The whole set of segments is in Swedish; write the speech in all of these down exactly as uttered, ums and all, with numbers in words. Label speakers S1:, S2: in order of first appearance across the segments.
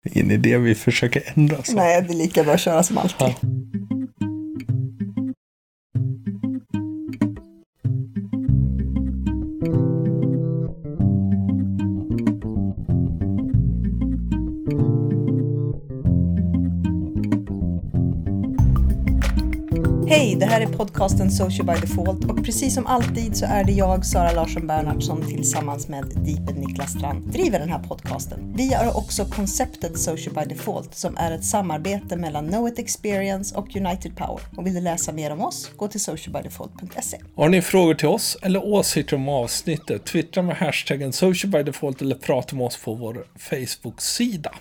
S1: Ingen idé vi försöker ändra så.
S2: Nej, det är lika bra att köra som alltid. Ja. Hej, det här är podcasten Social by Default och precis som alltid så är det jag, Sara Larsson Bernhardt, som tillsammans med Deeped Niklas Strand driver den här podcasten. Vi har också konceptet Social by Default som är ett samarbete mellan Know It Experience och United Power. Och vill du läsa mer om oss, gå till social by default punkt se.
S1: Har ni frågor till oss eller åsikter om avsnittet, twittra med hashtaggen Social by Default eller prata med oss på vår Facebook-sida.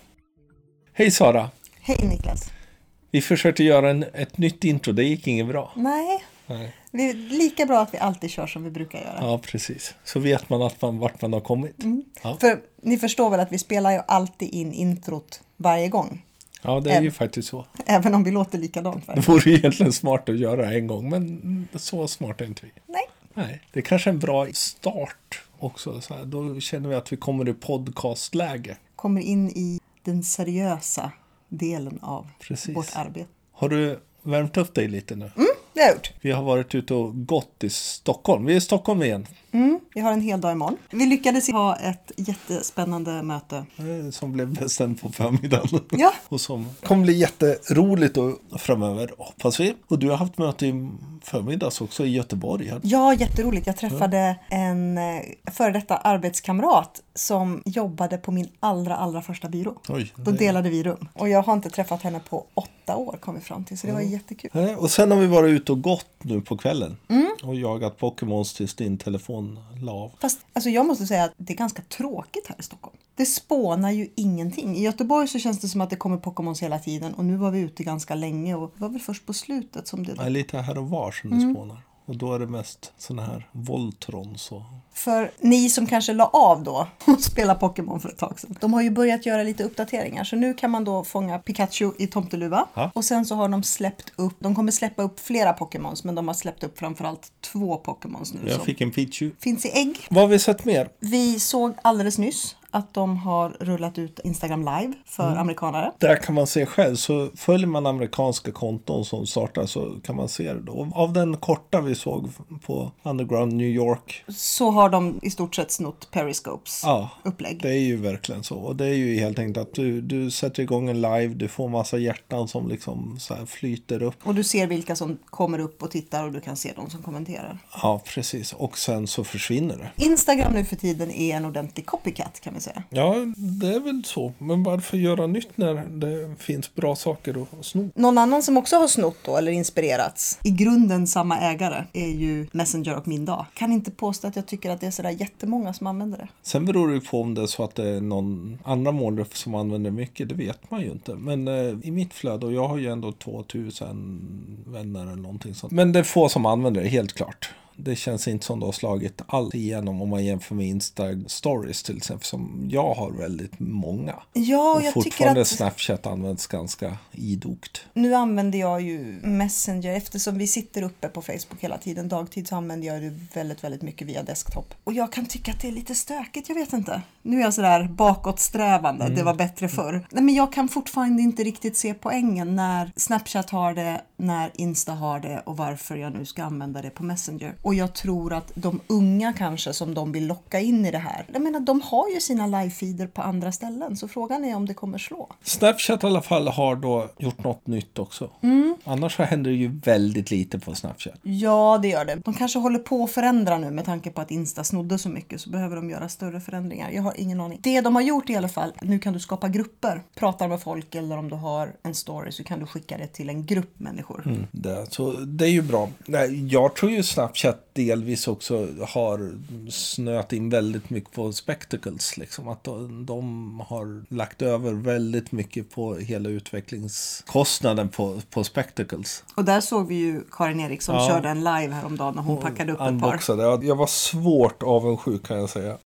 S1: Hej Sara!
S2: Hej Niklas!
S1: Vi försökte göra en, ett nytt intro, det gick inget bra.
S2: Nej,
S1: Nej.
S2: Det är lika bra att vi alltid kör som vi brukar göra.
S1: Ja, precis. Så vet man att man, vart man har kommit.
S2: Mm.
S1: Ja.
S2: För ni förstår väl att vi spelar ju alltid in introt varje gång.
S1: Ja, det är Ä- ju faktiskt så.
S2: Även om vi låter likadant.
S1: Det vore ju egentligen smart att göra en gång, men så smart är inte vi.
S2: Nej.
S1: Nej, det är kanske en bra start också. Så här, då känner vi att vi kommer i podcastläge.
S2: Kommer in i den seriösa delen av
S1: Precis.
S2: Vårt arbete.
S1: Har du värmt upp dig lite nu?
S2: Mm, det har jag gjort.
S1: Vi har varit ute och gått i Stockholm. Vi är i Stockholm igen.
S2: Mm, vi har en hel dag imorgon. Vi lyckades ha ett jättespännande möte.
S1: Som blev bestämt på förmiddagen.
S2: Ja.
S1: Och som kommer bli jätteroligt och framöver, hoppas vi. Och du har haft möte i förmiddags också i Göteborg.
S2: Ja, jätteroligt. Jag träffade ja. en före detta arbetskamrat som jobbade på min allra, allra första byrå.
S1: Oj,
S2: Då delade vi rum. Och jag har inte träffat henne på åtta år, kom vi fram till. Så det var
S1: ja.
S2: jättekul.
S1: Ja, och sen har vi varit ute och gått nu på kvällen.
S2: Mm.
S1: Och jagat Pokémons tills din telefon la av.
S2: Fast alltså jag måste säga att det är ganska tråkigt här i Stockholm. Det spånar ju ingenting. I Göteborg så känns det som att det kommer Pokémons hela tiden. Och nu var vi ute ganska länge. Och det var väl först på slutet som det...
S1: Ja, lite här och var som det mm. spånar. Och då är det mest såna här Voltrons och...
S2: För ni som kanske la av då och spela Pokémon för ett tag sedan. De har ju börjat göra lite uppdateringar. Så nu kan man då fånga Pikachu i tomteluva. Ja. Och sen så har de släppt upp... De kommer släppa upp flera Pokémons. Men de har släppt upp framförallt två Pokémons nu.
S1: Jag fick en Pichu.
S2: Finns i ägg.
S1: Vad har vi sett mer?
S2: Vi såg alldeles nyss att de har rullat ut Instagram Live för mm. amerikanare.
S1: Där kan man se själv. Så följer man amerikanska konton som startar så kan man se det då. Av den korta vi såg på Underground New York.
S2: Så har de i stort sett snott Periscopes
S1: ja,
S2: upplägg.
S1: Det är ju verkligen så. Och det är ju helt enkelt att du, du sätter igång en live. Du får massa hjärtan som liksom så här flyter upp.
S2: Och du ser vilka som kommer upp och tittar och du kan se de som kommenterar.
S1: Ja, precis. Och sen så försvinner det.
S2: Instagram nu för tiden är en ordentlig copycat kan vi säga.
S1: Ja, det är väl så. Men varför göra nytt när det finns bra saker att sno?
S2: Någon annan som också har snott då, eller inspirerats, i grunden samma ägare, är ju Messenger och Min Dag. Kan inte påstå att jag tycker att det är sådär jättemånga som använder det.
S1: Sen beror det på om det är så att det är någon andra målgrupp som använder mycket. Det vet man ju inte. Men eh, i mitt flöde, och jag har ju ändå tvåtusen vänner eller någonting sånt. Men det är få som använder det, helt klart. Det känns inte som det har slagit allt igenom om man jämför med Insta-stories till exempel, som jag har väldigt många.
S2: Ja, och jag
S1: fortfarande
S2: tycker att
S1: Snapchat används ganska idogt.
S2: Nu använder jag ju Messenger eftersom vi sitter uppe på Facebook hela tiden. Dagtid så använder jag det väldigt, väldigt mycket via desktop. Och jag kan tycka att det är lite stökigt, jag vet inte. Nu är jag sådär bakåtsträvande, mm. det var bättre förr. Nej, men jag kan fortfarande inte riktigt se poängen när Snapchat har det, när Insta har det och varför jag nu ska använda det på Messenger. Och jag tror att de unga kanske som de vill locka in i det här. Jag menar, de har ju sina live-feeder på andra ställen. Så frågan är om det kommer slå.
S1: Snapchat i alla fall har då gjort något nytt också.
S2: Mm.
S1: Annars så händer det ju väldigt lite på Snapchat.
S2: Ja, det gör det. De kanske håller på att förändra nu med tanke på att Insta snodde så mycket. Så behöver de göra större förändringar. Jag har ingen aning. Det de har gjort i alla fall. Nu kan du skapa grupper. Pratar med folk eller om du har en story så kan du skicka det till en grupp människor.
S1: Mm, det, så det är ju bra. Nej, jag tror ju Snapchat delvis också har snöat in väldigt mycket på spectacles. Liksom. Att de, de har lagt över väldigt mycket på hela utvecklingskostnaden på, på spectacles.
S2: Och där såg vi ju Karin Eriksson ja. körde en live häromdagen när hon och packade upp ett par.
S1: Jag var svårt avundsjuk kan jag säga.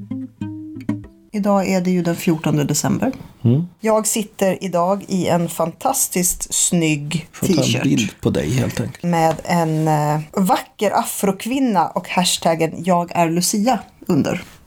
S2: Idag är det ju den fjortonde december.
S1: Mm.
S2: Jag sitter idag i en fantastiskt snygg t-shirt.
S1: Jag får ta en bild på dig helt enkelt.
S2: Med en eh, vacker afrokvinna och hashtaggen jag är Lucia under.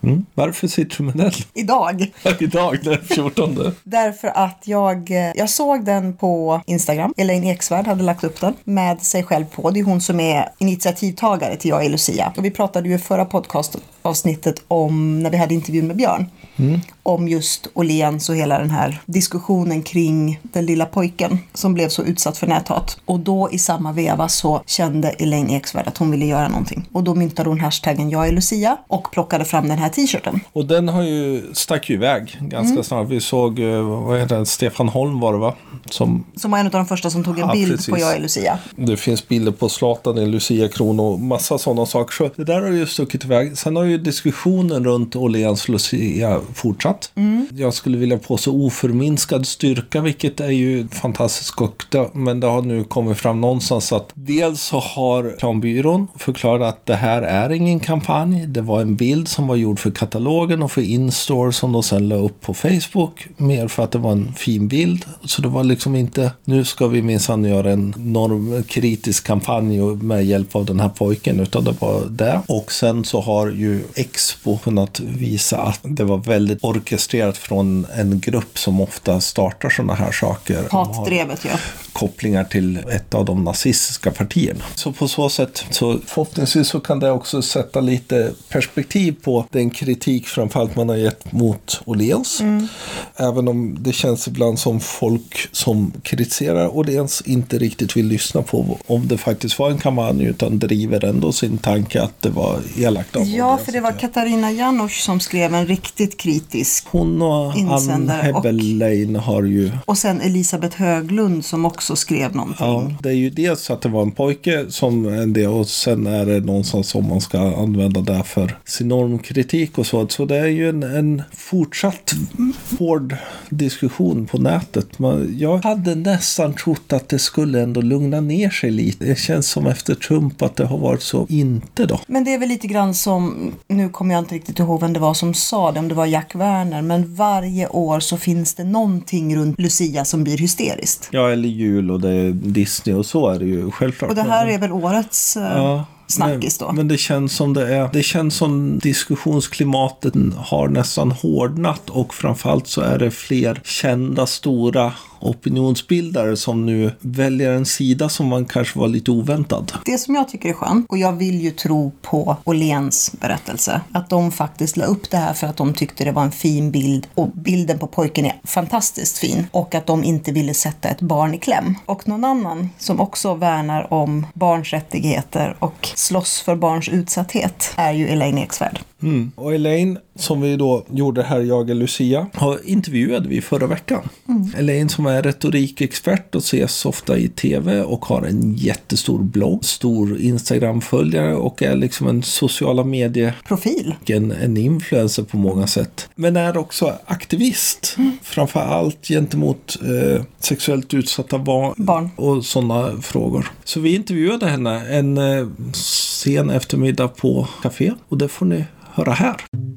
S1: Mm. Varför sitter du med den?
S2: Idag.
S1: Idag, den fjortonde.
S2: Därför att jag, jag såg den på Instagram. Elaine Eksvärd hade lagt upp den med sig själv på. Det är hon som är initiativtagare till Jag är Lucia. Och vi pratade ju i förra podcastavsnittet om när vi hade intervjun med Björn. Mm. Om just Åhléns och hela den här diskussionen kring den lilla pojken som blev så utsatt för näthat. Och då i samma veva så kände Elaine Eksvärd att hon ville göra någonting. Och då myntade hon hashtaggen Jag är Lucia och plockade fram den här t-shirten.
S1: Och den har ju stack ju iväg ganska mm. snart. Vi såg, vad heter det, Stefan Holm var det va? Som,
S2: som var en av de första som tog en ja, bild precis. På Jag är Lucia.
S1: Det finns bilder på Zlatan i Lucia-kron och massa sådana saker. Så det där har ju stuckit iväg. Sen har ju diskussionen runt Åhléns Lucia fortsatt. Mm. Jag skulle vilja på så oförminskad styrka, vilket är ju fantastiskt gott. Men det har nu kommit fram någonstans att dels så har reklambyrån förklarat att det här är ingen kampanj. Det var en bild som var gjord för katalogen och för in-store som de sen la upp på Facebook. Mer för att det var en fin bild. Så det var liksom inte, nu ska vi minsann göra en normkritisk kampanj med hjälp av den här pojken, utan det var det. Och sen så har ju Expo kunnat visa att det var väldigt orkestrerat från en grupp som ofta startar sådana här saker.
S2: Hatdrevet, ja.
S1: Kopplingar till ett av de nazistiska partierna. Så på så sätt, så förhoppningsvis så kan det också sätta lite perspektiv på den kritik framförallt man har gett mot Åhléns. Mm. Även om det känns ibland som folk som kritiserar Åhléns inte riktigt vill lyssna på om det faktiskt var en kampanj, utan driver ändå sin tanke att det var elakt av
S2: Ja, Åhléns. För det var Katarina Janouch som skrev en riktigt kritisk
S1: Hon och Ann Heberlein har ju...
S2: Och sen Elisabeth Höglund som också skrev någonting.
S1: Ja, det är ju dels att det var en pojke som en del, och sen är det någonstans som man ska använda där för sin normkritik och så. Så det är ju en, en fortsatt hård diskussion på nätet. Man, jag hade nästan trott att det skulle ändå lugna ner sig lite. Det känns som efter Trump att det har varit så inte då.
S2: Men det är väl lite grann som, nu kommer jag inte riktigt ihåg vem det var som sa det, om det var Jack Werner, men varje år så finns det någonting runt Lucia som blir hysteriskt.
S1: Ja, eller jul och det är Disney och så är det ju självklart.
S2: Och det här är väl årets... Ja. Snackis då.
S1: Men, men det känns som det är det känns som diskussionsklimatet har nästan hårdnat, och framförallt så är det fler kända stora opinionsbildare som nu väljer en sida som man kanske var lite oväntad.
S2: Det som jag tycker är skönt, och jag vill ju tro på Åhléns berättelse, att de faktiskt la upp det här för att de tyckte det var en fin bild, och bilden på pojken är fantastiskt fin, och att de inte ville sätta ett barn i kläm. Och någon annan som också värnar om barns rättigheter och slåss för barns utsatthet är ju Elaine Eksvärd.
S1: Mm. Och Elaine, som vi då gjorde här Jag är Lucia, har intervjuade vi förra veckan. Mm. Elaine som är retorikexpert och ses ofta i tv och har en jättestor blogg, stor Instagram-följare och är liksom en sociala medieprofil. En, en influencer på många sätt. Men är också aktivist. Mm. Framför allt gentemot eh, sexuellt utsatta barn, barn. och sådana frågor. Så vi intervjuade henne en eh, sen eftermiddag på café, och det får ni höra här.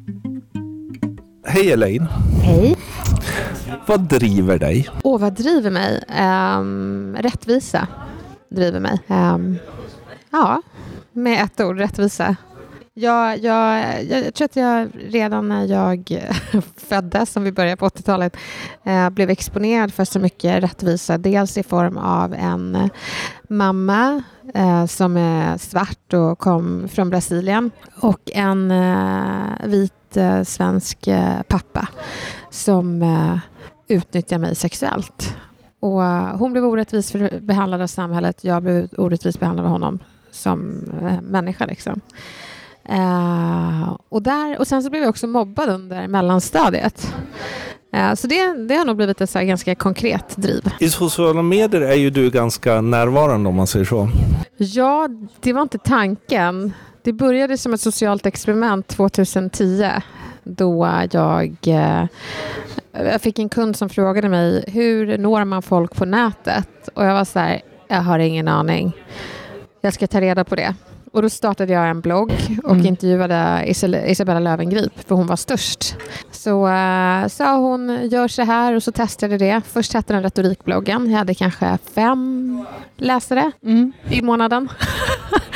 S1: Hej Elaine.
S3: Hej.
S1: Vad driver dig?
S3: Åh, vad driver mig? Um, rättvisa driver mig. Um, ja, med ett ord, rättvisa. Jag, jag, jag tror att jag redan när jag föddes, som vi började på åttiotalet, eh, blev exponerad för så mycket rättvisa. Dels i form av en mamma eh, som är svart och kom från Brasilien, och en eh, vit eh, svensk eh, pappa som eh, utnyttjar mig sexuellt. Och uh, hon blev orättvis för, behandlad av samhället. Jag blev orättvis behandlad av honom som uh, människa liksom. Uh, och, där, och sen så blev jag också mobbad under mellanstadiet. Uh, så det, det har nog blivit ett så här ganska konkret driv.
S1: I sociala medier är ju du ganska närvarande, om man säger så.
S3: Ja, det var inte tanken. Det började som ett socialt experiment tjugohundratio. Då jag, eh, jag fick en kund som frågade mig, hur når man folk på nätet? Och jag var så här, jag har ingen aning. Jag ska ta reda på det. Och då startade jag en blogg och mm. intervjuade Isabella Löwengrip, för hon var störst. Så äh, sa hon, gör så här, och så testade det. Först hette den retorikbloggen. Jag hade kanske fem läsare mm. i månaden.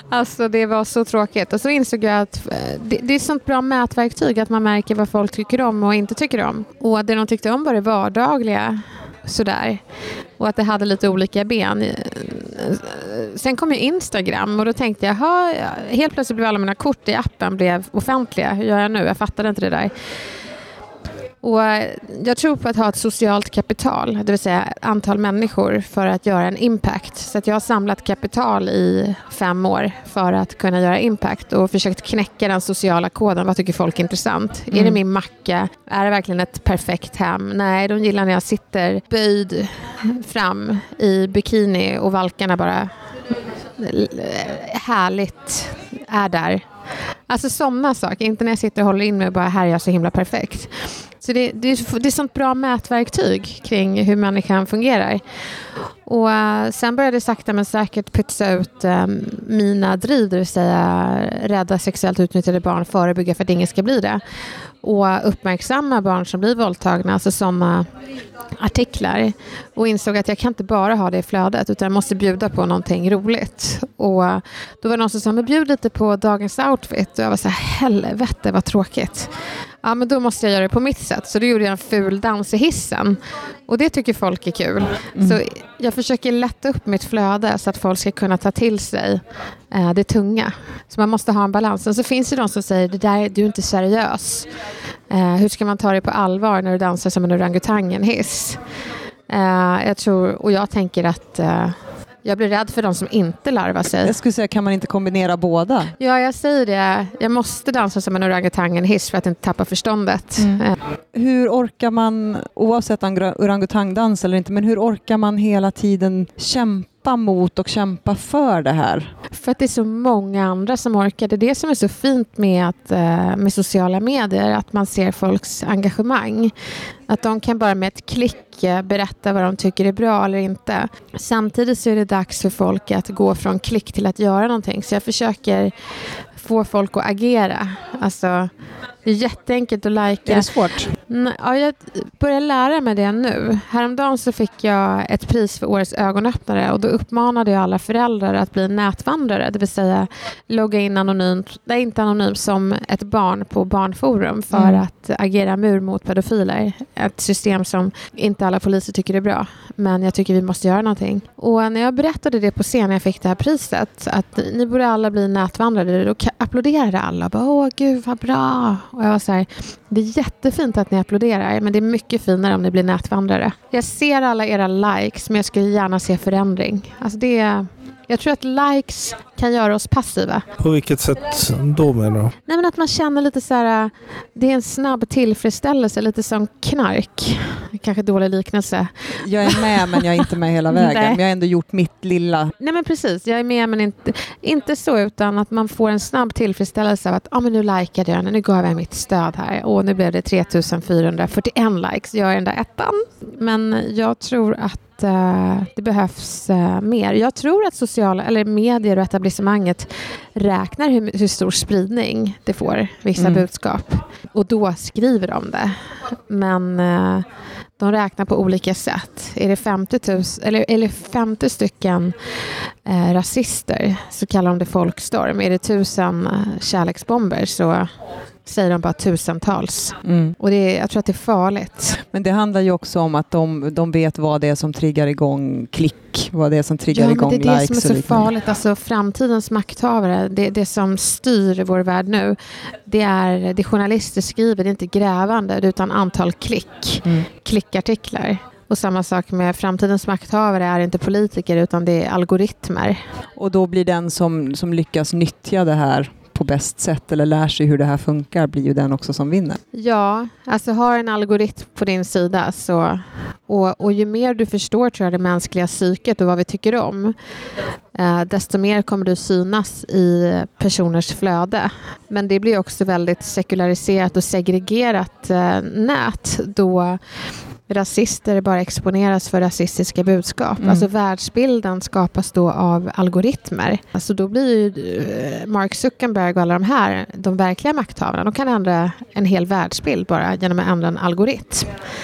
S3: Alltså det var så tråkigt. Och så insåg jag att det, det är sånt bra mätverktyg att man märker vad folk tycker om och inte tycker om. Och det de tyckte om var det vardagliga. Sådär. Och att det hade lite olika ben. Sen kom ju Instagram och då tänkte jag, helt plötsligt blev alla mina kort i appen blev offentliga. Hur gör jag nu? Jag fattade inte det där. Och jag tror på att ha ett socialt kapital, det vill säga antal människor för att göra en impact. Så att jag har samlat kapital i fem år för att kunna göra impact och försökt knäcka den sociala koden. Vad tycker folk är intressant? Mm. Är det min macka? Är det verkligen ett perfekt hem? Nej, de gillar när jag sitter böjd fram i bikini och valkarna bara härligt är där. Alltså sådana saker, inte när jag sitter och håller in mig och bara här är jag så himla perfekt. Så det, det, är, det är sånt bra mätverktyg kring hur människan fungerar. Och uh, sen började jag sakta men säkert pytsa ut um, mina driv, det vill säga rädda sexuellt utnyttjade barn, förebygga för att ingen ska bli det. Och uppmärksamma barn som blir våldtagna, alltså sådana artiklar. Och insåg att jag kan inte bara ha det i flödet utan jag måste bjuda på någonting roligt. Och uh, då var det någon som sa, men bjud lite på dagens outfit. Och jag var så här, helvete vad tråkigt. Ja, men då måste jag göra det på mitt sätt. Så då gjorde jag en ful dans i hissen. Och det tycker folk är kul. Mm. Så jag försöker lätta upp mitt flöde så att folk ska kunna ta till sig eh, det tunga. Så man måste ha en balans. Och så finns det de som säger, det där, du är inte seriös. Eh, hur ska man ta det på allvar när du dansar som en orangutangen-hiss? Eh, jag tror, och jag tänker att... Eh, Jag blir rädd för de som inte larvar sig.
S4: Jag skulle säga, kan man inte kombinera båda?
S3: Ja, jag säger det. Jag måste dansa som en orangutangen-hiss för att inte tappa förståndet.
S4: Mm. Hur orkar man, oavsett orangutangdans eller inte, men hur orkar man hela tiden kämpa mot och kämpa för det här?
S3: För att det är så många andra som orkar. Det är det som är så fint med, att, med sociala medier. Att man ser folks engagemang. Att de kan bara med ett klick berätta vad de tycker är bra eller inte. Samtidigt så är det dags för folk att gå från klick till att göra någonting. Så jag försöker få folk att agera. Alltså, det är jätteenkelt att lajka.
S4: Är det svårt?
S3: Ja, jag börjar lära mig det nu. Häromdagen så fick jag ett pris för årets ögonöppnare och då uppmanade jag alla föräldrar att bli nätvandrare, det vill säga logga in anonymt, nej inte anonymt, som ett barn på barnforum för mm. att agera mur mot pedofiler. Ett system som inte alla poliser tycker är bra, men jag tycker vi måste göra någonting. Och när jag berättade det på scen när jag fick det här priset, att ni borde alla bli nätvandrare, då applåderade alla. Bara, åh gud vad bra. Och jag var så här, det är jättefint att ni applåderar, men det är mycket finare om ni blir nätvandrare. Jag ser alla era likes, men jag skulle gärna se förändring. Alltså det är... Jag tror att likes kan göra oss passiva.
S1: På vilket sätt då menar du?
S3: Nej, men att man känner lite så här, det är en snabb tillfredsställelse, lite som knark. Kanske dålig liknelse.
S4: Jag är med, men jag är inte med hela vägen. Men jag har ändå gjort mitt lilla.
S3: Nej, men precis. Jag är med, men inte, inte så, utan att man får en snabb tillfredsställelse av att ah, men nu likade jag, nu gav jag mitt stöd här. Och nu blev det tre tusen fyrahundrafyrtioen likes. Jag är den där ettan. Men jag tror att Uh, det behövs uh, mer. Jag tror att sociala eller medier och etablissemanget räknar hur, hur stor spridning det får, vissa mm. budskap. Och då skriver de det. Men uh, de räknar på olika sätt. Är det femtio tusen eller, eller femtio stycken uh, rasister så kallar de det folkstorm. Är det tusen uh, kärleksbomber så säger de bara tusentals. Mm. Och det är, jag tror att det är farligt.
S4: Men det handlar ju också om att de, de vet vad det är som triggar igång klick, vad det är som triggar
S3: ja,
S4: igång likes.
S3: Ja, men det är
S4: likes
S3: det som är så farligt. Alltså framtidens makthavare, det, det som styr vår värld nu, det är det journalister skriver, det är inte grävande, utan antal klick. Mm. Klickartiklar. Och samma sak med framtidens makthavare är inte politiker, utan det är algoritmer.
S4: Och då blir den som, som lyckas nyttja det här på bäst sätt eller lär sig hur det här funkar blir ju den också som vinner.
S3: Ja, alltså har en algoritm på din sida så, och, och ju mer du förstår tror jag det mänskliga psyket och vad vi tycker om, eh, desto mer kommer du synas i personers flöde. Men det blir också väldigt sekulariserat och segregerat eh, nät då rasister bara exponeras för rasistiska budskap. Mm. Alltså världsbilden skapas då av algoritmer. Alltså då blir ju Mark Zuckerberg och alla de här, de verkliga makthavarna, de kan ändra en hel världsbild bara genom att ändra en algoritm.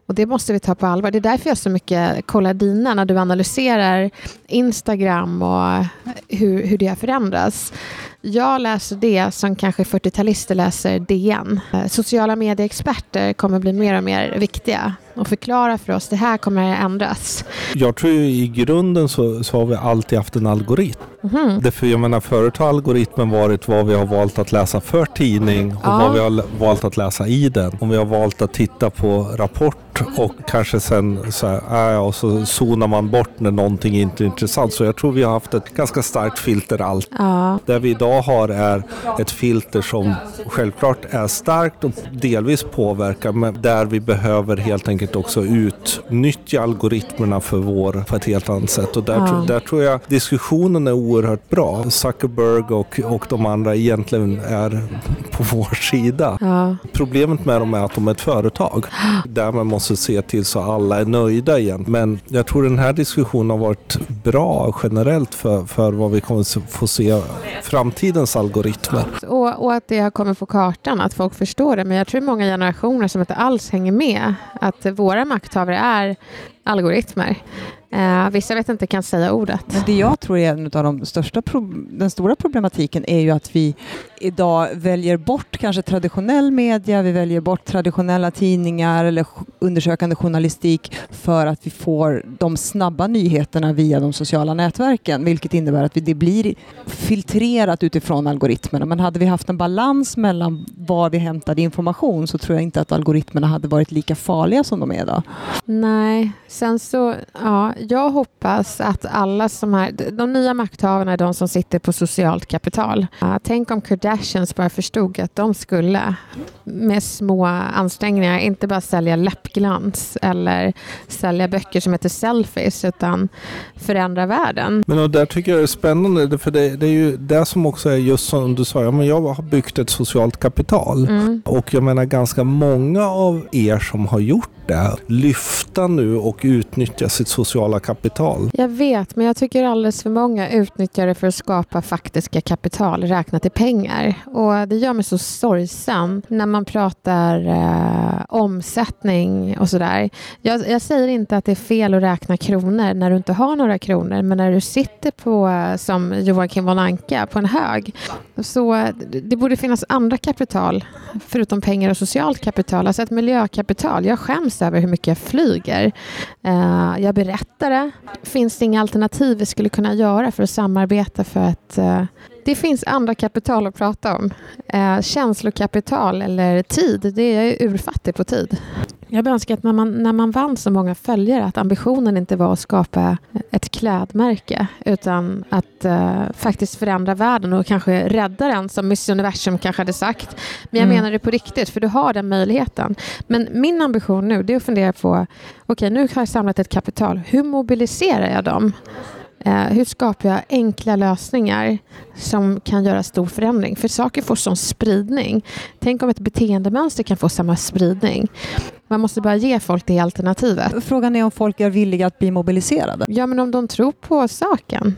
S3: Och det måste vi ta på allvar. Det är därför jag så mycket kollar dina när du analyserar Instagram och hur, hur det har förändrats. Jag läser det som kanske fyrtiotalister läser D N. Sociala medieexperter kommer bli mer och mer viktiga och förklara för oss det här kommer att ändras.
S1: Jag tror ju i grunden så, så har vi alltid haft en algoritm. Mm. Därför jag menar förut har algoritmen varit vad vi har valt att läsa för tidning och ja. vad vi har valt att läsa i den. Om vi har valt att titta på rapport och kanske sen så här, äh, och så zonar man bort när någonting inte är intressant. Så jag tror vi har haft ett ganska starkt filter allt. Ja. Det vi idag har är ett filter som självklart är starkt och delvis påverkar, men där vi behöver helt enkelt också utnyttja algoritmerna för vår på ett helt annat sätt. Och där, ja. tro, där tror jag diskussionen är oerhört bra. Zuckerberg och, och de andra egentligen är på vår sida. Ja. Problemet med dem är att de är ett företag där man måste se till så alla är nöjda igen. Men jag tror den här diskussionen har varit bra generellt för, för vad vi kommer få se framtidens algoritmer.
S3: Och, och att det har kommit på kartan, att folk förstår det. Men jag tror många generationer som inte alls hänger med att våra makthavare är algoritmer. Uh, vissa vet inte kan säga ordet.
S4: Men det jag tror är en av de största pro- den stora problematiken är ju att vi idag väljer bort kanske traditionell media, vi väljer bort traditionella tidningar eller undersökande journalistik för att vi får de snabba nyheterna via de sociala nätverken, vilket innebär att vi, det blir filtrerat utifrån algoritmerna. Men hade vi haft en balans mellan var vi hämtade information så tror jag inte att algoritmerna hade varit lika farliga som de är idag.
S3: Nej, sen så ja, jag hoppas att alla som är de nya makthavarna är de som sitter på socialt kapital. Uh, tänk om Kardashians bara förstod att de skulle med små ansträngningar inte bara sälja läppglans eller sälja böcker som heter selfies utan förändra världen.
S1: Men och där tycker jag det är spännande för det, det är ju det som också är just som du sa, ja, men jag har byggt ett socialt kapital mm. och jag menar ganska många av er som har gjort det lyfta nu och utnyttja sitt sociala kapital.
S3: Jag vet, men jag tycker alldeles för många utnyttjar det för att skapa faktiska kapital räknat i pengar. Och det gör mig så sorgsen när man pratar eh, omsättning och sådär. Jag, jag säger inte att det är fel att räkna kronor när du inte har några kronor, men när du sitter på, som Joakim von Anka, på en hög, så det borde finnas andra kapital förutom pengar och socialt kapital. Alltså ett miljökapital. Jag skäms över hur mycket jag flyger. Uh, jag berättar det. Finns det inga alternativ vi skulle kunna göra för att samarbeta för att uh, det finns andra kapital att prata om. Uh, känslokapital eller tid. Det är jag urfattig på tid. Jag önskar att när man, när man vann så många följare att ambitionen inte var att skapa ett klädmärke utan att uh, faktiskt förändra världen och kanske rädda den som Miss Universum kanske hade sagt. Men jag mm. menar det på riktigt för du har den möjligheten. Men min ambition nu det är att fundera på okej, okay, nu har jag samlat ett kapital. Hur mobiliserar jag dem? Uh, hur skapar jag enkla lösningar som kan göra stor förändring? För saker får sån spridning. Tänk om ett beteendemönster kan få samma spridning. Man måste bara ge folk det alternativet.
S4: Frågan är om folk är villiga att bli mobiliserade.
S3: Ja, men om de tror på saken.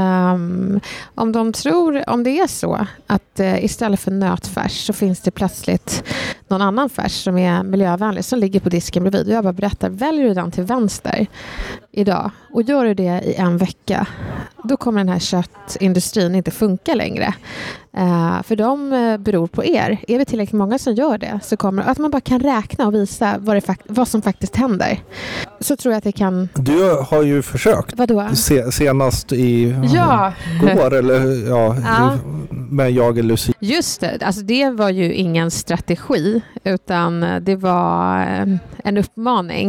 S3: Um, om de tror, om det är så att uh, istället för nötfärs så finns det plötsligt någon annan färs som är miljövänlig som ligger på disken bredvid. Jag bara berättar, väljer du den till vänster idag och gör du det i en vecka, då kommer den här köttindustrin inte funka längre. Uh, för de uh, beror på er. Är vi tillräckligt många som gör det så kommer att man bara kan räkna och visa vad, det fakt- vad som faktiskt händer. Så tror jag att det kan...
S1: Du har ju försökt.
S3: Vadå?
S1: Se- senast i
S3: ja.
S1: går eller ja, ja. med jag och Lucia.
S3: Just det. Alltså det var ju ingen strategi utan det var uh, en uppmaning.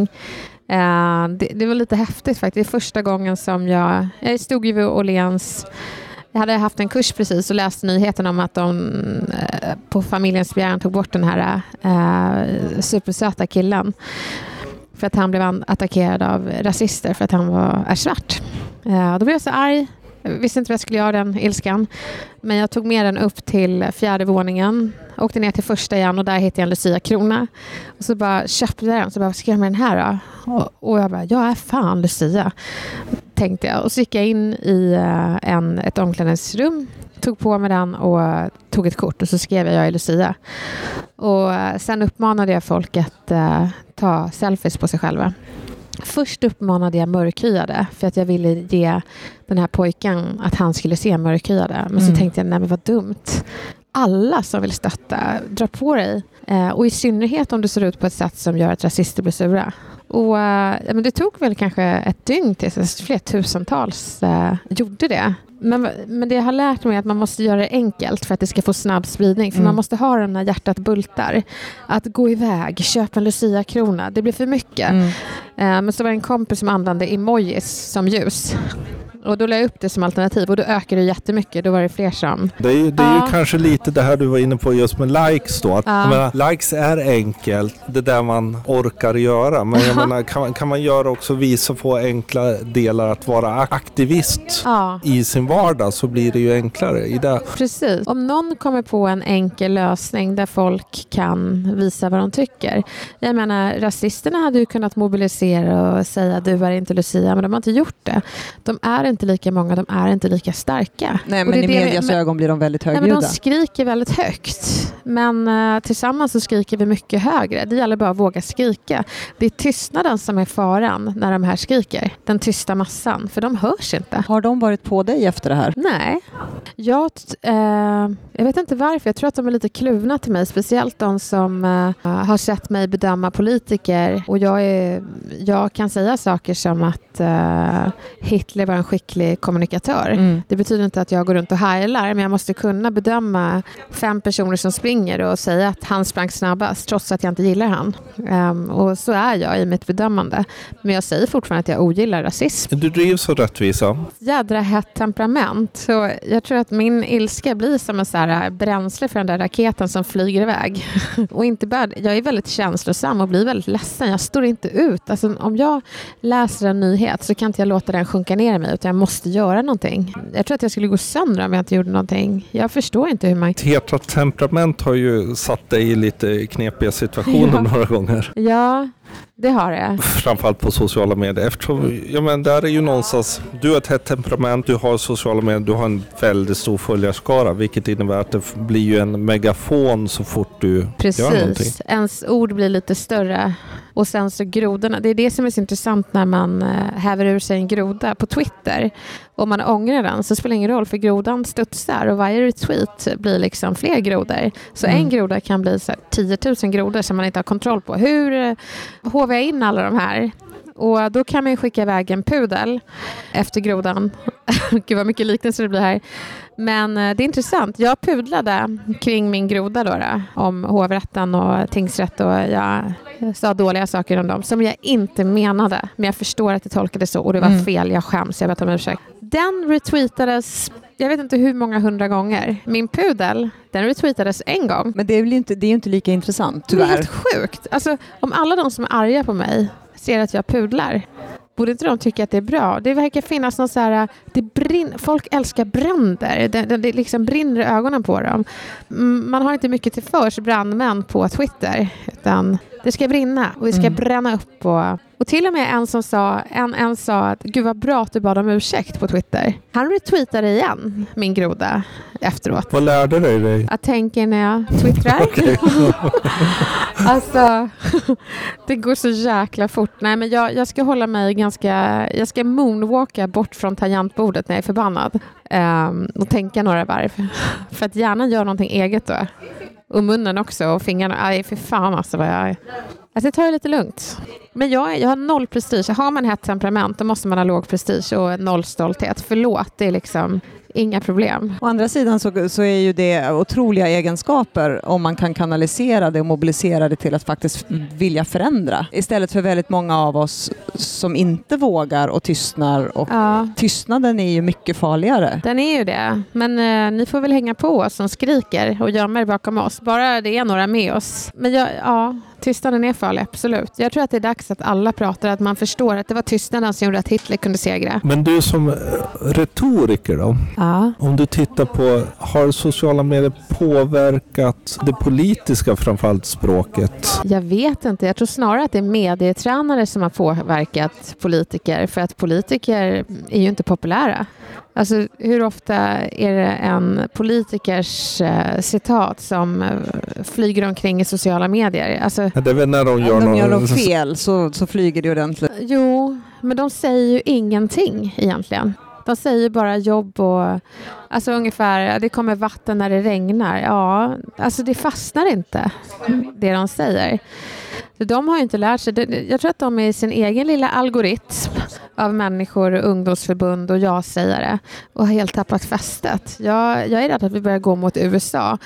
S3: Uh, det, det var lite häftigt faktiskt. Det är första gången som jag... Jag stod ju vid Åhléns. Jag hade haft en kurs precis och läste nyheten om att de eh, på familjens begäran tog bort den här eh, supersöta killen för att han blev attackerad av rasister för att han var, är svart. Eh, då blev jag så arg. Jag visste inte vad jag skulle göra den ilskan. Men jag tog med den upp till fjärde våningen. Åkte ner till första igen och där hittade jag en Lucia-krona. Och så bara köpte jag den. Så bara, vad ska jag med den här då? Och, och jag bara, jag är fan Lucia. Tänkte jag. Och så gick jag in i en, ett omklädningsrum. tog på mig den och tog ett kort och så skrev jag jag är Lucia. Och sen uppmanade jag folk att uh, ta selfies på sig själva. Först uppmanade jag mörkhyade för att jag ville ge den här pojken att han skulle se mörkhyade. Men mm. så tänkte jag, nej men vad dumt. Alla som vill stötta, dra på dig. Eh, och i synnerhet om du ser ut på ett sätt som gör att rasister blir sura. Och eh, men det tog väl kanske ett dygn tills fler tusentals eh, gjorde det. Men, men det jag har lärt mig är att man måste göra det enkelt för att det ska få snabb spridning. För mm. man måste ha den när hjärtat bultar. Att gå iväg, köpa en Lucia-krona, det blir för mycket. Mm. Eh, men så var det en kompis som använde emojis som ljus. Och då la jag upp det som alternativ och då ökade det jättemycket. Då var det fler som...
S1: Det är ju, det är
S3: ja.
S1: ju kanske lite det här du var inne på just med likes då. Att, ja. menar, likes är enkelt, det där man orkar göra. Men jag menar, kan, kan man göra också visa på enkla delar att vara aktivist
S3: ja.
S1: i sin vardag så blir det ju enklare i det.
S3: Precis. Om någon kommer på en enkel lösning där folk kan visa vad de tycker. Jag menar, rasisterna hade ju kunnat mobilisera och säga du är inte Lucia, men de har inte gjort det. De är inte lika många, de är inte lika starka.
S4: Nej, men i medias ögon blir de väldigt högljudda.
S3: Nej, men de skriker väldigt högt. Men uh, tillsammans så skriker vi mycket högre. Det gäller bara att våga skrika. Det är tystnaden som är faran när de här skriker. Den tysta massan, för de hörs inte.
S4: Har de varit på dig efter det här?
S3: Nej. Jag, uh, jag vet inte varför. Jag tror att de är lite kluvna till mig. Speciellt de som uh, har sett mig bedöma politiker. Och jag, är, jag kan säga saker som att uh, Hitler var en skicklig kommunikatör. Mm. Det betyder inte att jag går runt och heilar, men jag måste kunna bedöma fem personer som springer och säga att han sprang snabbast trots att jag inte gillar han. Um, och så är jag i mitt bedömande. Men jag säger fortfarande att jag ogillar rasism.
S1: Du drivs av rättvisa.
S3: Jädra hett temperament. Så jag tror att min ilska blir som en så här bränsle för den där raketen som flyger iväg. Och inte bara, jag är väldigt känslosam och blir väldigt ledsen. Jag står inte ut. Alltså, om jag läser en nyhet så kan inte jag låta den sjunka ner i mig, utan jag måste göra någonting. Jag tror att jag skulle gå sönder om jag inte gjorde någonting. Jag förstår inte hur man...
S1: Heta temperament har ju satt dig i lite knepiga situationer ja. några gånger.
S3: Ja, det har det.
S1: Framförallt på sociala medier. Eftersom, ja men där är ju någonstans, du har ett hett temperament, du har sociala medier, du har en väldigt stor följarskara, vilket innebär att det blir ju en megafon så fort du
S3: Precis.
S1: gör någonting.
S3: Precis, ens ord blir lite större. Och sen så grodorna, det är det som är så intressant när man häver ur sig en groda på Twitter. Om man ångrar den så spelar det ingen roll, för grodan studsar och varje retweet blir liksom fler grodor. Så mm. en groda kan bli så här tio tusen grodor som man inte har kontroll på. Hur hovar jag in alla de här? Och då kan man skicka iväg en pudel efter grodan. Gud vad mycket liknelse det blir här. Men det är intressant. Jag pudlade kring min groda då, då om hovrätten och tingsrätt, och jag sa dåliga saker om dem som jag inte menade. Men jag förstår att det tolkades så och det var mm. fel. Jag skäms, jag vet om ursäkt. Den retweetades, jag vet inte hur många hundra gånger. Min pudel, den retweetades en gång.
S4: Men det är väl inte, det är ju inte lika intressant, tyvärr.
S3: Det är helt sjukt. Alltså, om alla de som är arga på mig ser att jag pudlar, borde inte de tycka att det är bra? Det verkar finnas någon så här, det brinn, folk älskar bränder. Det, det, det liksom brinner i ögonen på dem. Man har inte mycket till förs brandmän på Twitter, utan det ska brinna och det ska mm. bränna upp. Och, och till och med en som sa, en, en sa att gud vad bra att du bad om ursäkt på Twitter. Han retweetade igen min groda efteråt.
S1: Vad lärde du dig?
S3: Att tänka när jag twittrar. Alltså, det går så jäkla fort. Nej, men jag, jag ska hålla mig ganska, jag ska moonwalka bort från tangentbordet när jag är förbannad. Um, och tänka några varv. För att gärna göra någonting eget då. Och munnen också och fingrarna. Aj, för fan alltså vad jag... Alltså jag tar det lite lugnt. Men jag, jag har noll prestige. Har man ett temperament då måste man ha låg prestige och noll stolthet. Förlåt, det är liksom inga problem.
S4: Å andra sidan så, så är ju det otroliga egenskaper om man kan kanalisera det och mobilisera det till att faktiskt vilja förändra. Istället för väldigt många av oss som inte vågar och tystnar. Och
S3: ja.
S4: Tystnaden är ju mycket farligare.
S3: Den är ju det. Men eh, ni får väl hänga på oss som skriker och gömmer er bakom oss. Bara det är några med oss. Men jag, ja... Tystnaden är farlig, absolut. Jag tror att det är dags att alla pratar, att man förstår att det var tystnaden som gjorde att Hitler kunde segra.
S1: Men du som retoriker då?
S3: Ja. Ja.
S1: Om du tittar på, har sociala medier påverkat det politiska, framförallt språket?
S3: Jag vet inte. Jag tror snarare att det är medietränare som har påverkat politiker. För att politiker är ju inte populära. Alltså hur ofta är det en politikers eh, citat som eh, flyger omkring i sociala medier? Alltså,
S1: det är väl när de gör,
S4: Om de
S1: någon...
S4: gör något fel så, så flyger det ordentligt.
S3: Jo, men de säger ju ingenting egentligen. De säger bara jobb och alltså ungefär, det kommer vatten när det regnar. Ja, alltså det fastnar inte, det de säger. De har ju inte lärt sig. Jag tror att de är i sin egen lilla algoritm av människor, ungdomsförbund och ja-sägare och har helt tappat fästet. Jag, jag är rädd att vi börjar gå mot U S A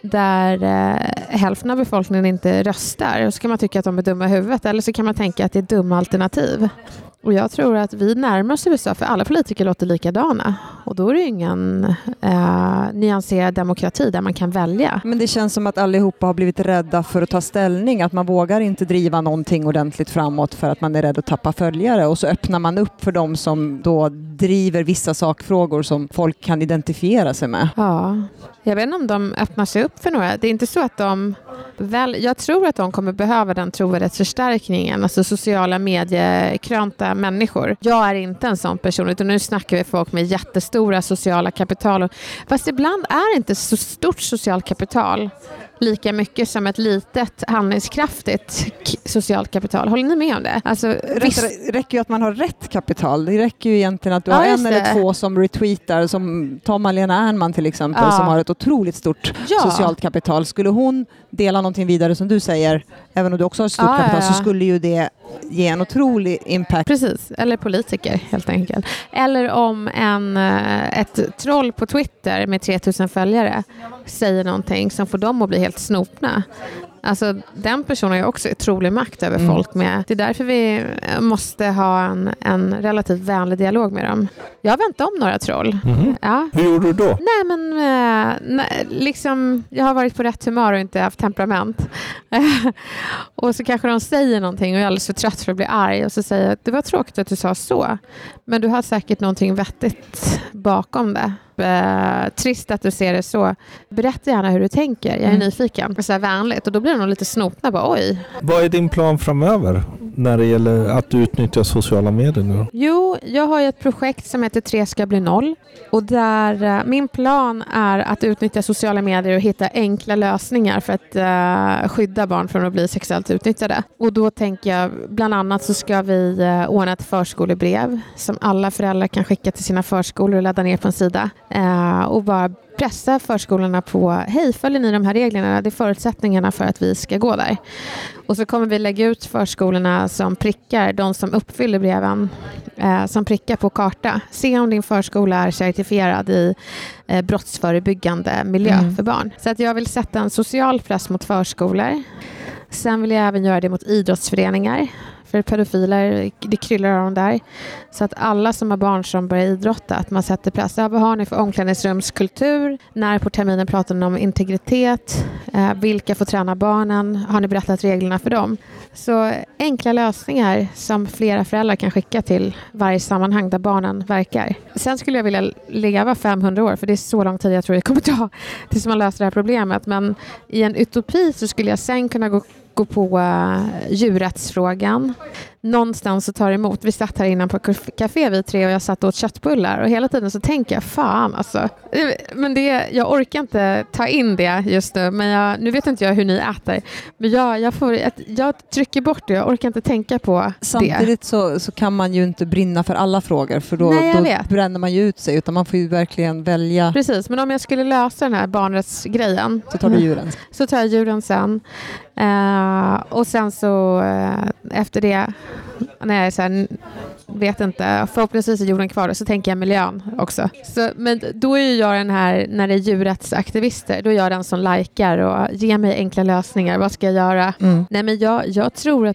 S3: där eh, hälften av befolkningen inte röstar. Och så kan man tycka att de är dumma i huvudet eller så kan man tänka att det är dumma alternativ. Och jag tror att vi närmar oss U S A för alla politiker låter likadana. Och då är det ju ingen eh, nyanserad demokrati där man kan välja.
S4: Men det känns som att allihopa har blivit rädda för att ta ställning. Att man vågar inte driva någonting ordentligt framåt för att man är rädd att tappa följare. Och så öppnar man upp för dem som då driver vissa sakfrågor som folk kan identifiera sig med.
S3: Ja, jag vet inte om de öppnar sig upp för några. Det är inte så att de... Väl, jag tror att de kommer behöva den trovärdighetsförstärkningen. Alltså sociala mediekrönta människor. Jag är inte en sån person utan nu snackar vi folk med jättestora sociala kapital. Fast ibland är inte så stort socialt kapital lika mycket som ett litet handlingskraftigt k- socialt kapital. Håller ni med om det? Alltså,
S4: Det räcker ju att man har rätt kapital. Det räcker ju egentligen att du
S3: Ja,
S4: har en
S3: just
S4: eller
S3: det.
S4: två som retweetar, som tar Malena Ernman till exempel,
S3: Ja.
S4: som har ett otroligt stort
S3: Ja.
S4: socialt kapital. Skulle hon dela någonting vidare som du säger, även om du också har ett stort
S3: Ja,
S4: kapital,
S3: ja, ja.
S4: så skulle ju det ge en otrolig impact.
S3: Precis, eller politiker helt enkelt. Eller om en, eh, ett troll på Twitter med tre tusen följare säger någonting som får dem att bli helt snopna. Alltså den personen har ju också otrolig makt över
S4: Mm.
S3: folk med. Det är därför vi måste ha en, en relativt vänlig dialog med dem. Jag väntar om några troll.
S1: Mhm.
S3: Ja.
S1: Hur gjorde du då?
S3: Nej men eh, nej, liksom jag har varit på rätt humör och inte haft temperament. Och så kanske de säger någonting och jag är alldeles för trött för att bli arg och så säger jag att det var tråkigt att du sa så. Men du har säkert någonting vettigt bakom det. Eh, trist att du ser det så. Berätta gärna hur du tänker. Jag är
S4: Mm.
S3: nyfiken. Så här vänligt. Och då blir de nog lite snopna. Bara, oj.
S1: Vad är din plan framöver när det gäller att utnyttja sociala medier nu?
S3: Jo, jag har ju ett projekt som heter Tre ska bli noll. Och där eh, min plan är att utnyttja sociala medier och hitta enkla lösningar för att eh, skydda barn från att bli sexuellt utnyttjade. Och då tänker jag, bland annat så ska vi eh, ordna ett förskolebrev som alla föräldrar kan skicka till sina förskolor och ladda ner på en sida. Eh, och bara pressa förskolorna på, hej, följer ni de här reglerna? Det är förutsättningarna för att vi ska gå där. Och så kommer vi lägga ut förskolorna som prickar, de som uppfyller breven, eh, som prickar på karta. Se om din förskola är certifierad i eh, brottsförebyggande miljö
S4: Mm.
S3: för barn. Så att jag vill sätta en social press mot förskolor. Sen vill jag även göra det mot idrottsföreningar. För pedofiler, det kryllar av dem där. Så att alla som har barn som börjar idrotta, att man sätter press. Ja, vad har ni för omklädningsrumskultur? När på terminen pratar ni om integritet? Eh, vilka får träna barnen? Har ni berättat reglerna för dem? Så enkla lösningar som flera föräldrar kan skicka till varje sammanhang där barnen verkar. Sen skulle jag vilja leva femhundra år, för det är så lång tid jag tror det kommer ta tills man löser det här problemet. Men i en utopi så skulle jag sen kunna gå gå på uh, djurrättsfrågan. Någonstans så tar det emot. Vi satt här innan på café vi tre och jag satt åt köttbullar och hela tiden så tänker jag, fan alltså. Men det, jag orkar inte ta in det just nu. Men jag, nu vet inte jag hur ni äter. Men jag, jag, får, jag trycker bort det. Jag orkar inte tänka på
S4: Samtidigt
S3: det.
S4: så, så kan man ju inte brinna för alla frågor, för då,
S3: Nej, jag
S4: då
S3: vet.
S4: bränner man ju ut sig, utan man får ju verkligen välja.
S3: Precis, men om jag skulle lösa den här barnrättsgrejen
S4: Så tar du djuren.
S3: så tar jag djuren sen. Uh, och sen så uh, efter det, när jag är så här, vet inte, förhoppningsvis är jorden kvar, så tänker jag miljön också. Så, men då är jag den här, när det är djurrättsaktivister, då är jag den som likar och ger mig enkla lösningar. Vad ska jag göra?
S4: Mm.
S3: Nej, men jag, jag tror att mycket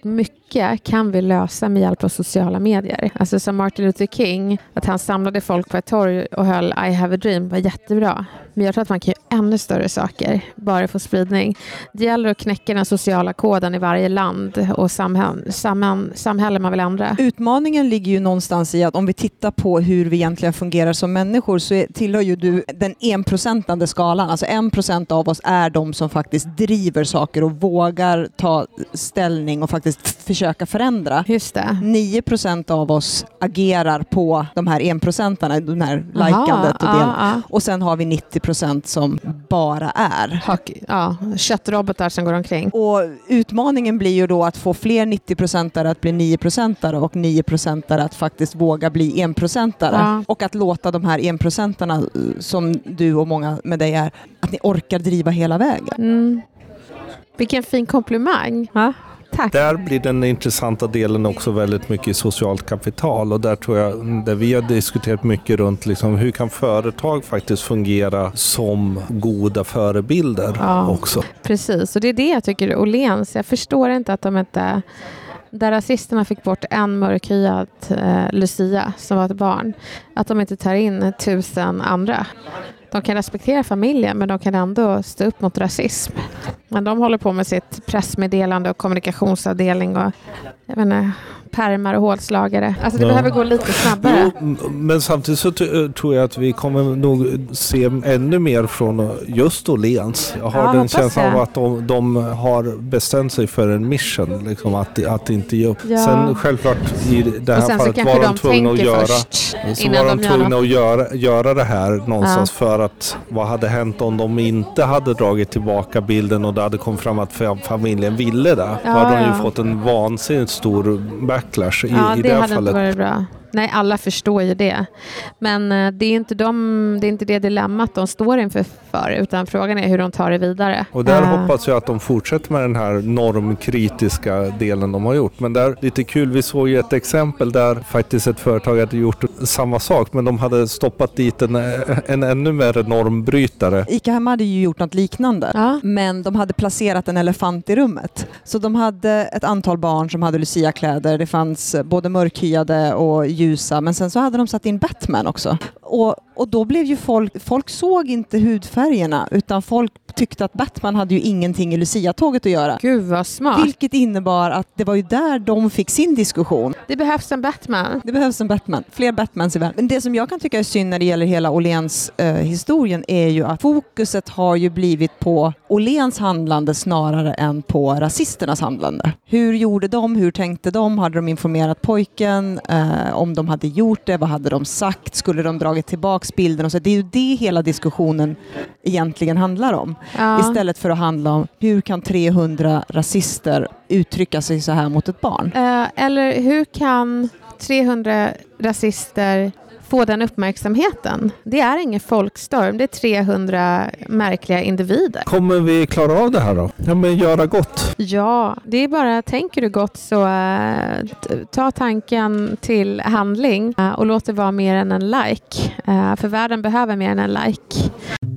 S3: mycket kan vi lösa med hjälp av sociala medier. Alltså som Martin Luther King, att han samlade folk på ett torg och höll I have a dream var jättebra. Men jag tror att man kan göra ännu större saker bara för spridning. Det gäller att knäcka den sociala koden i varje land och samhälle, samhälle, samhälle man vill ändra.
S4: Utmaningen ligger ju någonstans i att om vi tittar på hur vi egentligen fungerar som människor så är, tillhör ju du den enprocentande skalan. Alltså en procent av oss är de som faktiskt driver saker och vågar ta ställning och faktiskt försöka förändra.
S3: Just det.
S4: nio procent av oss agerar på de här en procentarna, de här likandet och
S3: Aha,
S4: del.
S3: ja, ja.
S4: Och sen har vi nittio procent som bara är.
S3: Hack, ja, köttrobotar som går omkring.
S4: Och utmaningen blir ju då att få fler nittio procentare att bli nio procentare och nio procentare att faktiskt våga bli en procentare.
S3: Ja.
S4: Och att låta de här en procentarna som du och många med dig är, att ni orkar driva hela vägen.
S3: Mm. Vilken fin komplimang. Ja. Tack.
S1: Där blir den intressanta delen också väldigt mycket socialt kapital, och där tror jag, där vi har diskuterat mycket runt liksom, hur kan företag faktiskt fungera som goda förebilder
S3: Ja.
S1: också.
S3: Precis, och det är det jag tycker är Åhléns. Jag förstår inte att de inte, där rasisterna fick bort en mörkhyad eh, Lucia som var ett barn, att de inte tar in tusen andra. De kan respektera familjen, men de kan ändå stå upp mot rasism. Men de håller på med sitt pressmeddelande och kommunikationsavdelning och jag vet inte, pärmar och hålslagare. Alltså det
S1: Ja.
S3: behöver gå lite snabbare.
S1: Jo, men samtidigt så t- tror jag att vi kommer nog se ännu mer från just Åhléns. Jag har
S3: Ja,
S1: den
S3: hoppas
S1: känslan
S3: jag.
S1: av att de, de har bestämt sig för en mission, liksom, att, att inte ge upp.
S3: Ja.
S1: Sen självklart i det
S3: Och
S1: här
S3: sen så
S1: fallet
S3: kanske
S1: var de
S3: de
S1: tvungna att
S3: tänker
S1: göra,
S3: först
S1: så
S3: innan
S1: var
S3: de
S1: de
S3: gör
S1: tvungna
S3: något.
S1: att göra, göra det här någonstans
S3: Ja.
S1: för att vad hade hänt om de inte hade dragit tillbaka bilden och det hade kommit fram att fa- familjen ville det.
S3: Ja,
S1: Då hade de ju
S3: ja.
S1: fått en vansinnigt stor backlash i,
S3: Ja,
S1: i
S3: det
S1: det, här
S3: hade
S1: fallet.
S3: inte varit bra. Nej, alla förstår ju det. Men eh, det är inte de, det är inte det dilemmat de står inför för, utan frågan är hur de tar det vidare.
S1: Och där
S3: Eh,
S1: hoppas jag att de fortsätter med den här normkritiska delen de har gjort. Men där, lite kul, vi såg ju ett exempel där faktiskt ett företag hade gjort samma sak, men de hade stoppat dit en, en ännu mer normbrytare.
S4: ICA Hemma hade ju gjort något liknande,
S3: Ja.
S4: men de hade placerat en elefant i rummet. Så de hade ett antal barn som hade Lucia-kläder. Det fanns både mörkhyade och ljusa, men sen så hade de satt in Batman också. Och, och då blev ju folk, folk såg inte hudfärgerna, utan folk tyckte att Batman hade ju ingenting i Lucia-tåget att göra.
S3: Gud vad smart.
S4: Vilket innebar att det var ju där de fick sin diskussion.
S3: Det behövs en Batman.
S4: Det behövs en Batman. Fler Batmans i världen. Men det som jag kan tycka är synd när det gäller hela Åhléns eh, historien är ju att fokuset har ju blivit på Åhléns handlande snarare än på rasisternas handlande. Hur gjorde de? Hur tänkte de? Hade de informerat pojken? Eh, om de hade gjort det? Vad hade de sagt? Skulle de dragit tillbaks bilden? Och så, det är ju det hela diskussionen egentligen handlar om.
S3: Ja.
S4: Istället för att handla om hur kan trehundra rasister uttrycka sig så här mot ett barn?
S3: Eh, eller hur kan trehundra rasister få den uppmärksamheten? Det är ingen folkstorm, det är trehundra märkliga individer.
S1: Kommer vi klara av det här då? Ja, men göra gott.
S3: Ja, det är bara, tänker du gott så eh, t- ta tanken till handling eh, och låt det vara mer än en like. Eh, för världen behöver mer än en like.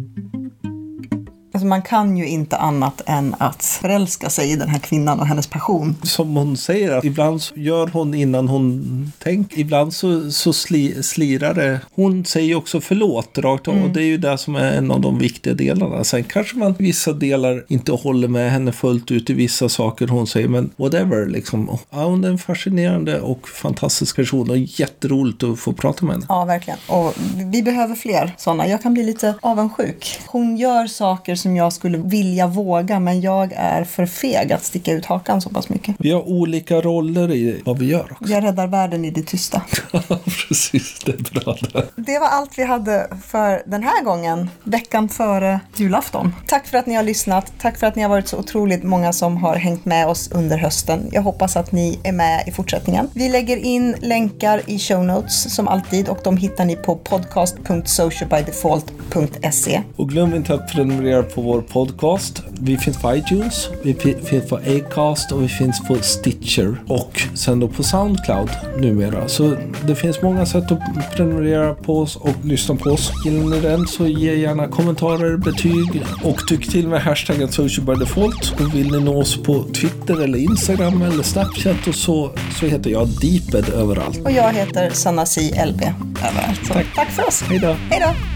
S2: Alltså man kan ju inte annat än att förälska sig i den här kvinnan och hennes passion.
S1: Som hon säger, att ibland så gör hon innan hon tänker. Ibland så, så sli, slirar det. Hon säger också förlåt rakt av,
S2: Mm.
S1: och det är ju det som är en av de viktiga delarna. Sen kanske man i vissa delar inte håller med henne fullt ut i vissa saker hon säger, men whatever liksom. Ja, hon är en fascinerande och fantastisk person och jätteroligt att få prata med henne.
S2: Ja, verkligen. Och vi behöver fler sådana. Jag kan bli lite avundsjuk. Hon gör saker som jag skulle vilja våga, men jag är för feg att sticka ut hakan så pass mycket.
S1: Vi har olika roller i vad vi gör också.
S2: Jag räddar världen i det tysta.
S1: Precis, det är bra det.
S2: Det var allt vi hade för den här gången, veckan före julafton. Tack för att ni har lyssnat. Tack för att ni har varit så otroligt många som har hängt med oss under hösten. Jag hoppas att ni är med i fortsättningen. Vi lägger in länkar i show notes som alltid, och de hittar ni på podcast punkt social by default punkt se.
S1: Och glöm inte att prenumerera på på vår podcast. Vi finns på iTunes, vi finns på Acast och vi finns på Stitcher. Och sen då på Soundcloud numera. Så det finns många sätt att prenumerera på oss och lyssna på oss. Gillar ni den så ge gärna kommentarer, betyg och tyck till med hashtaggen social by default. Och vill ni nå oss på Twitter eller Instagram eller Snapchat och så, så heter jag Deeped överallt.
S2: Och jag heter Sanna C L B överallt. Så tack. Tack för oss.
S1: Hej då.
S2: Hej då.